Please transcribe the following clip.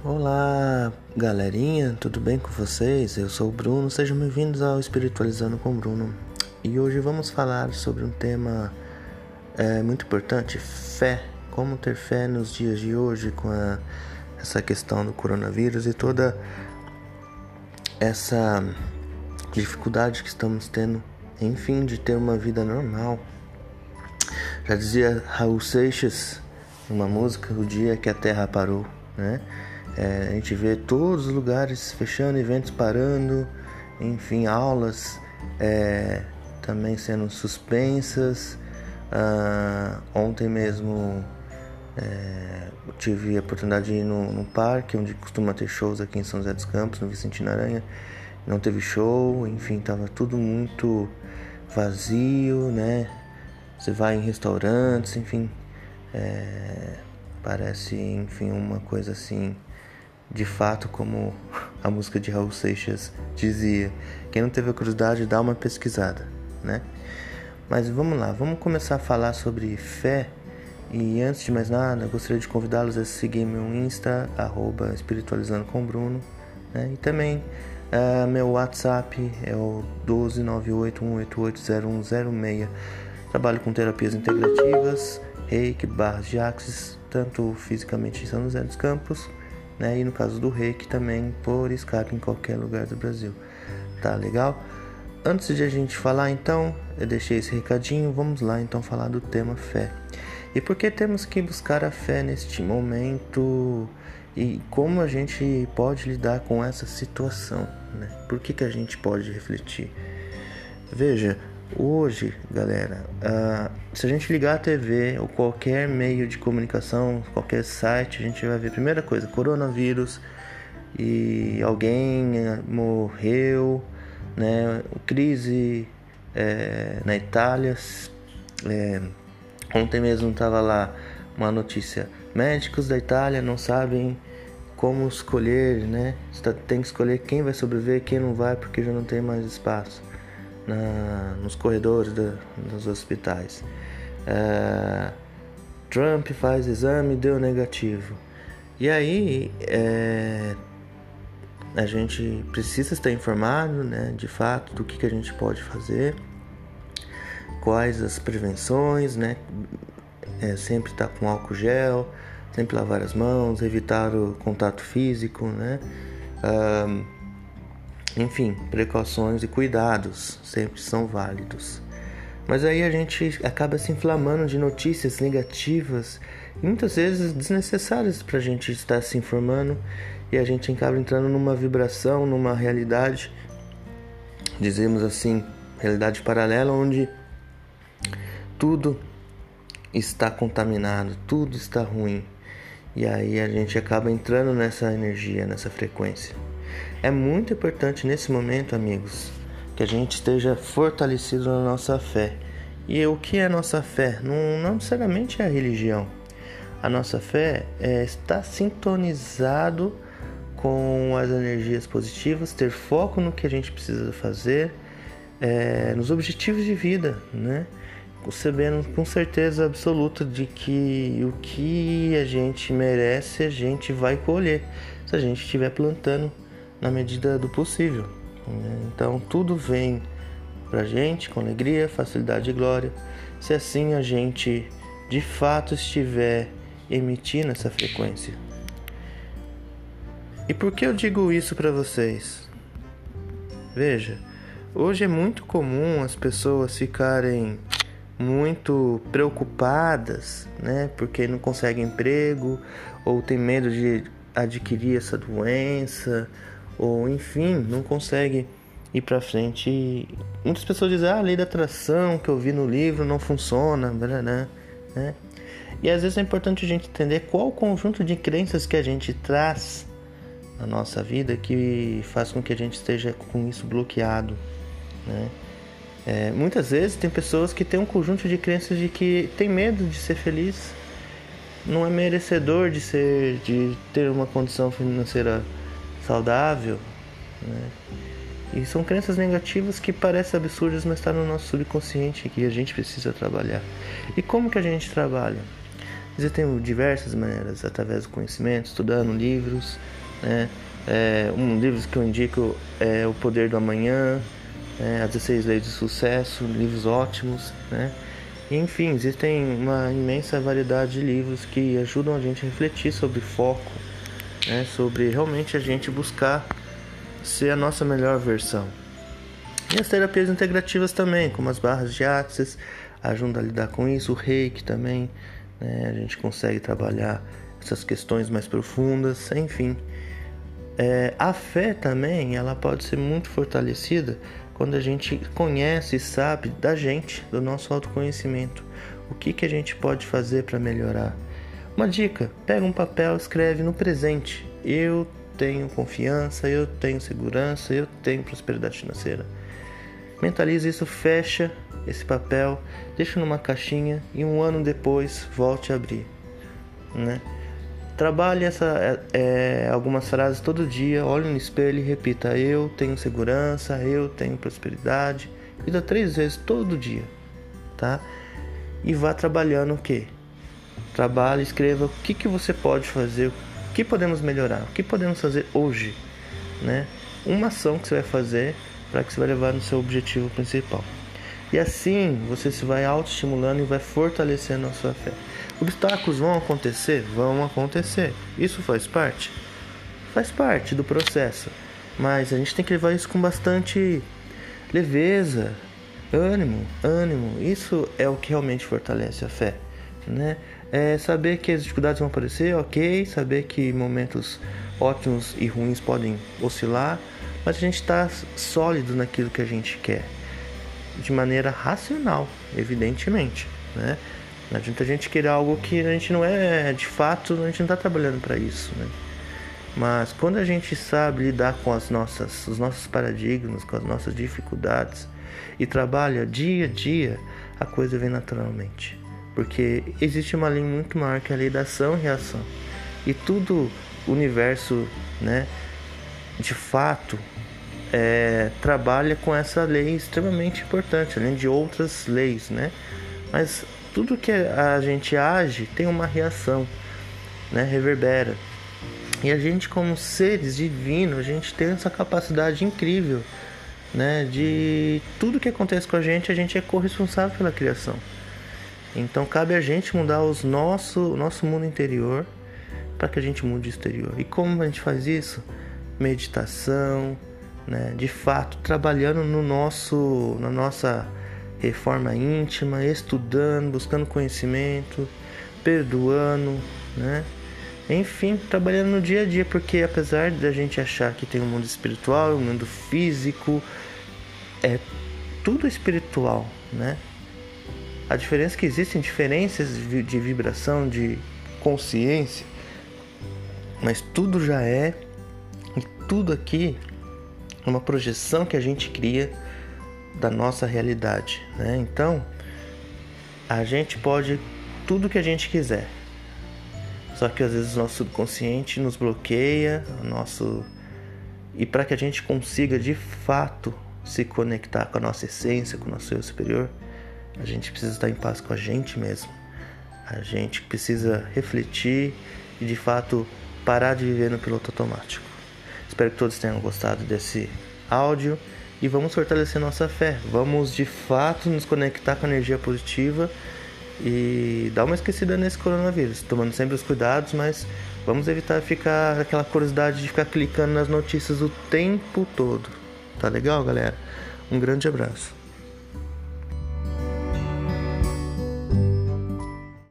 Olá, galerinha, tudo bem com vocês? Eu sou o Bruno, sejam bem-vindos ao Espiritualizando com o Bruno. E hoje vamos falar sobre um tema muito importante, fé. Como ter fé nos dias de hoje com essa questão do coronavírus e toda essa dificuldade que estamos tendo, enfim, de ter uma vida normal. Já dizia Raul Seixas, uma música, o dia que a Terra parou, né? A gente vê todos os lugares fechando, eventos parando, enfim, aulas também sendo suspensas. Ontem mesmo tive a oportunidade de ir no parque, onde costuma ter shows aqui em São José dos Campos, no Vicentino Aranha. Não teve show, enfim, estava tudo muito vazio, né? Você vai em restaurantes, enfim, parece, enfim, uma coisa assim, de fato, como a música de Raul Seixas dizia. Quem não teve a curiosidade, dá uma pesquisada, né? Mas vamos lá, vamos começar a falar sobre fé. E antes de mais nada, eu gostaria de convidá-los a seguir meu Insta, @espiritualizando com Bruno, né? E também meu WhatsApp é o 12981880106. Trabalho com terapias integrativas, reiki, barras de axis, tanto fisicamente em São José dos Campos, né? E no caso do reiki também por Skype em qualquer lugar do Brasil. Tá legal? Antes de a gente falar, então, eu deixei esse recadinho, vamos lá então falar do tema fé. E por que temos que buscar a fé neste momento e como a gente pode lidar com essa situação, né? Por que a gente pode refletir? Veja, hoje, galera, se a gente ligar a TV ou qualquer meio de comunicação, qualquer site, a gente vai ver, primeira coisa, coronavírus, e alguém morreu, né? Crise na Itália. Ontem mesmo estava lá uma notícia: médicos da Itália não sabem como escolher, né? Você tem que escolher quem vai sobreviver, quem não vai, porque já não tem mais espaço nos corredores dos hospitais. Trump faz exame, deu negativo. E aí a gente precisa estar informado, né, de fato, do que a gente pode fazer, quais as prevenções, né? Sempre estar com álcool gel, sempre lavar as mãos, evitar o contato físico, né? Enfim, precauções e cuidados sempre são válidos. Mas aí a gente acaba se inflamando de notícias negativas e muitas vezes desnecessárias para a gente estar se informando, e a gente acaba entrando numa vibração, numa realidade, dizemos assim, realidade paralela, onde tudo está contaminado, tudo está ruim. E aí a gente acaba entrando nessa energia, nessa frequência. É muito importante nesse momento, amigos, que a gente esteja fortalecido na nossa fé. E o que é a nossa fé? Não necessariamente é a religião. A nossa fé é estar sintonizado com as energias positivas, ter foco no que a gente precisa fazer, nos objetivos de vida, né? Sabendo com certeza absoluta de que o que a gente merece a gente vai colher, se a gente estiver plantando na medida do possível, né? Então tudo vem pra gente com alegria, facilidade e glória, se assim a gente de fato estiver emitindo essa frequência. E por que eu digo isso para vocês? Veja, hoje é muito comum as pessoas ficarem muito preocupadas, né? Porque não conseguem emprego, ou tem medo de adquirir essa doença, ou enfim, não consegue ir para frente. E muitas pessoas dizem: a lei da atração que eu vi no livro não funciona, né? E às vezes é importante a gente entender qual o conjunto de crenças que a gente traz na nossa vida que faz com que a gente esteja com isso bloqueado, né? Muitas vezes tem pessoas que têm um conjunto de crenças de que tem medo de ser feliz, não é merecedor de ter uma condição financeira saudável, né? E são crenças negativas que parecem absurdas, mas está no nosso subconsciente, que a gente precisa trabalhar. E como que a gente trabalha? Existem diversas maneiras, através do conhecimento, estudando livros, né? Um livro que eu indico é O Poder do Amanhã, As 16 Leis do Sucesso, livros ótimos, né? Enfim, existem uma imensa variedade de livros que ajudam a gente a refletir sobre foco, né? Sobre realmente a gente buscar ser a nossa melhor versão. E as terapias integrativas também, como as barras de Axis, ajudam a lidar com isso, o Reiki também, né? A gente consegue trabalhar essas questões mais profundas, enfim. A fé também, ela pode ser muito fortalecida quando a gente conhece e sabe da gente, do nosso autoconhecimento, o que a gente pode fazer para melhorar. Uma dica, pega um papel, escreve no presente: eu tenho confiança, eu tenho segurança, eu tenho prosperidade financeira. Mentalize isso, fecha esse papel, deixa numa caixinha e um ano depois volte a abrir, né? Trabalhe algumas frases todo dia, olhe no espelho e repita: eu tenho segurança, eu tenho prosperidade. Repita 3 vezes todo dia, tá? E vá trabalhando o quê? Trabalhe, escreva o que você pode fazer, o que podemos melhorar, o que podemos fazer hoje, né? Uma ação que você vai fazer para que você vai levar no seu objetivo principal. E assim você se vai autoestimulando e vai fortalecendo a sua fé. Obstáculos vão acontecer? Vão acontecer. Isso faz parte? Faz parte do processo. Mas a gente tem que levar isso com bastante leveza, ânimo. Isso é o que realmente fortalece a fé, né? Saber que as dificuldades vão aparecer, ok. Saber que momentos ótimos e ruins podem oscilar. Mas a gente está sólido naquilo que a gente quer, de maneira racional, evidentemente, né? Não adianta a gente querer algo que a gente não é, de fato, a gente não está trabalhando para isso, né? Mas quando a gente sabe lidar com os nossos paradigmas, com as nossas dificuldades e trabalha dia a dia, a coisa vem naturalmente. Porque existe uma lei muito maior que a lei da ação e reação. E tudo o universo, né, de fato, trabalha com essa lei extremamente importante, além de outras leis, né? Mas tudo que a gente age tem uma reação, né? Reverbera. E a gente, como seres divinos, a gente tem essa capacidade incrível, né? De tudo que acontece com a gente é corresponsável pela criação. Então cabe a gente mudar o nosso mundo interior para que a gente mude o exterior. E como a gente faz isso? Meditação, né? De fato, trabalhando na nossa reforma íntima, estudando, buscando conhecimento, perdoando, né? Enfim, trabalhando no dia a dia, porque apesar da gente achar que tem um mundo espiritual, um mundo físico, é tudo espiritual, né? A diferença é que existem diferenças de vibração, de consciência, mas tudo já é, e tudo aqui é uma projeção que a gente cria da nossa realidade, né? Então, a gente pode tudo que a gente quiser. Só que às vezes o nosso subconsciente nos bloqueia, e para que a gente consiga de fato se conectar com a nossa essência, com o nosso eu superior, a gente precisa estar em paz com a gente mesmo. A gente precisa refletir e de fato parar de viver no piloto automático. Espero que todos tenham gostado desse áudio e vamos fortalecer nossa fé. Vamos de fato nos conectar com a energia positiva e dar uma esquecida nesse coronavírus, tomando sempre os cuidados, mas vamos evitar ficar aquela curiosidade de ficar clicando nas notícias o tempo todo. Tá legal, galera? Um grande abraço.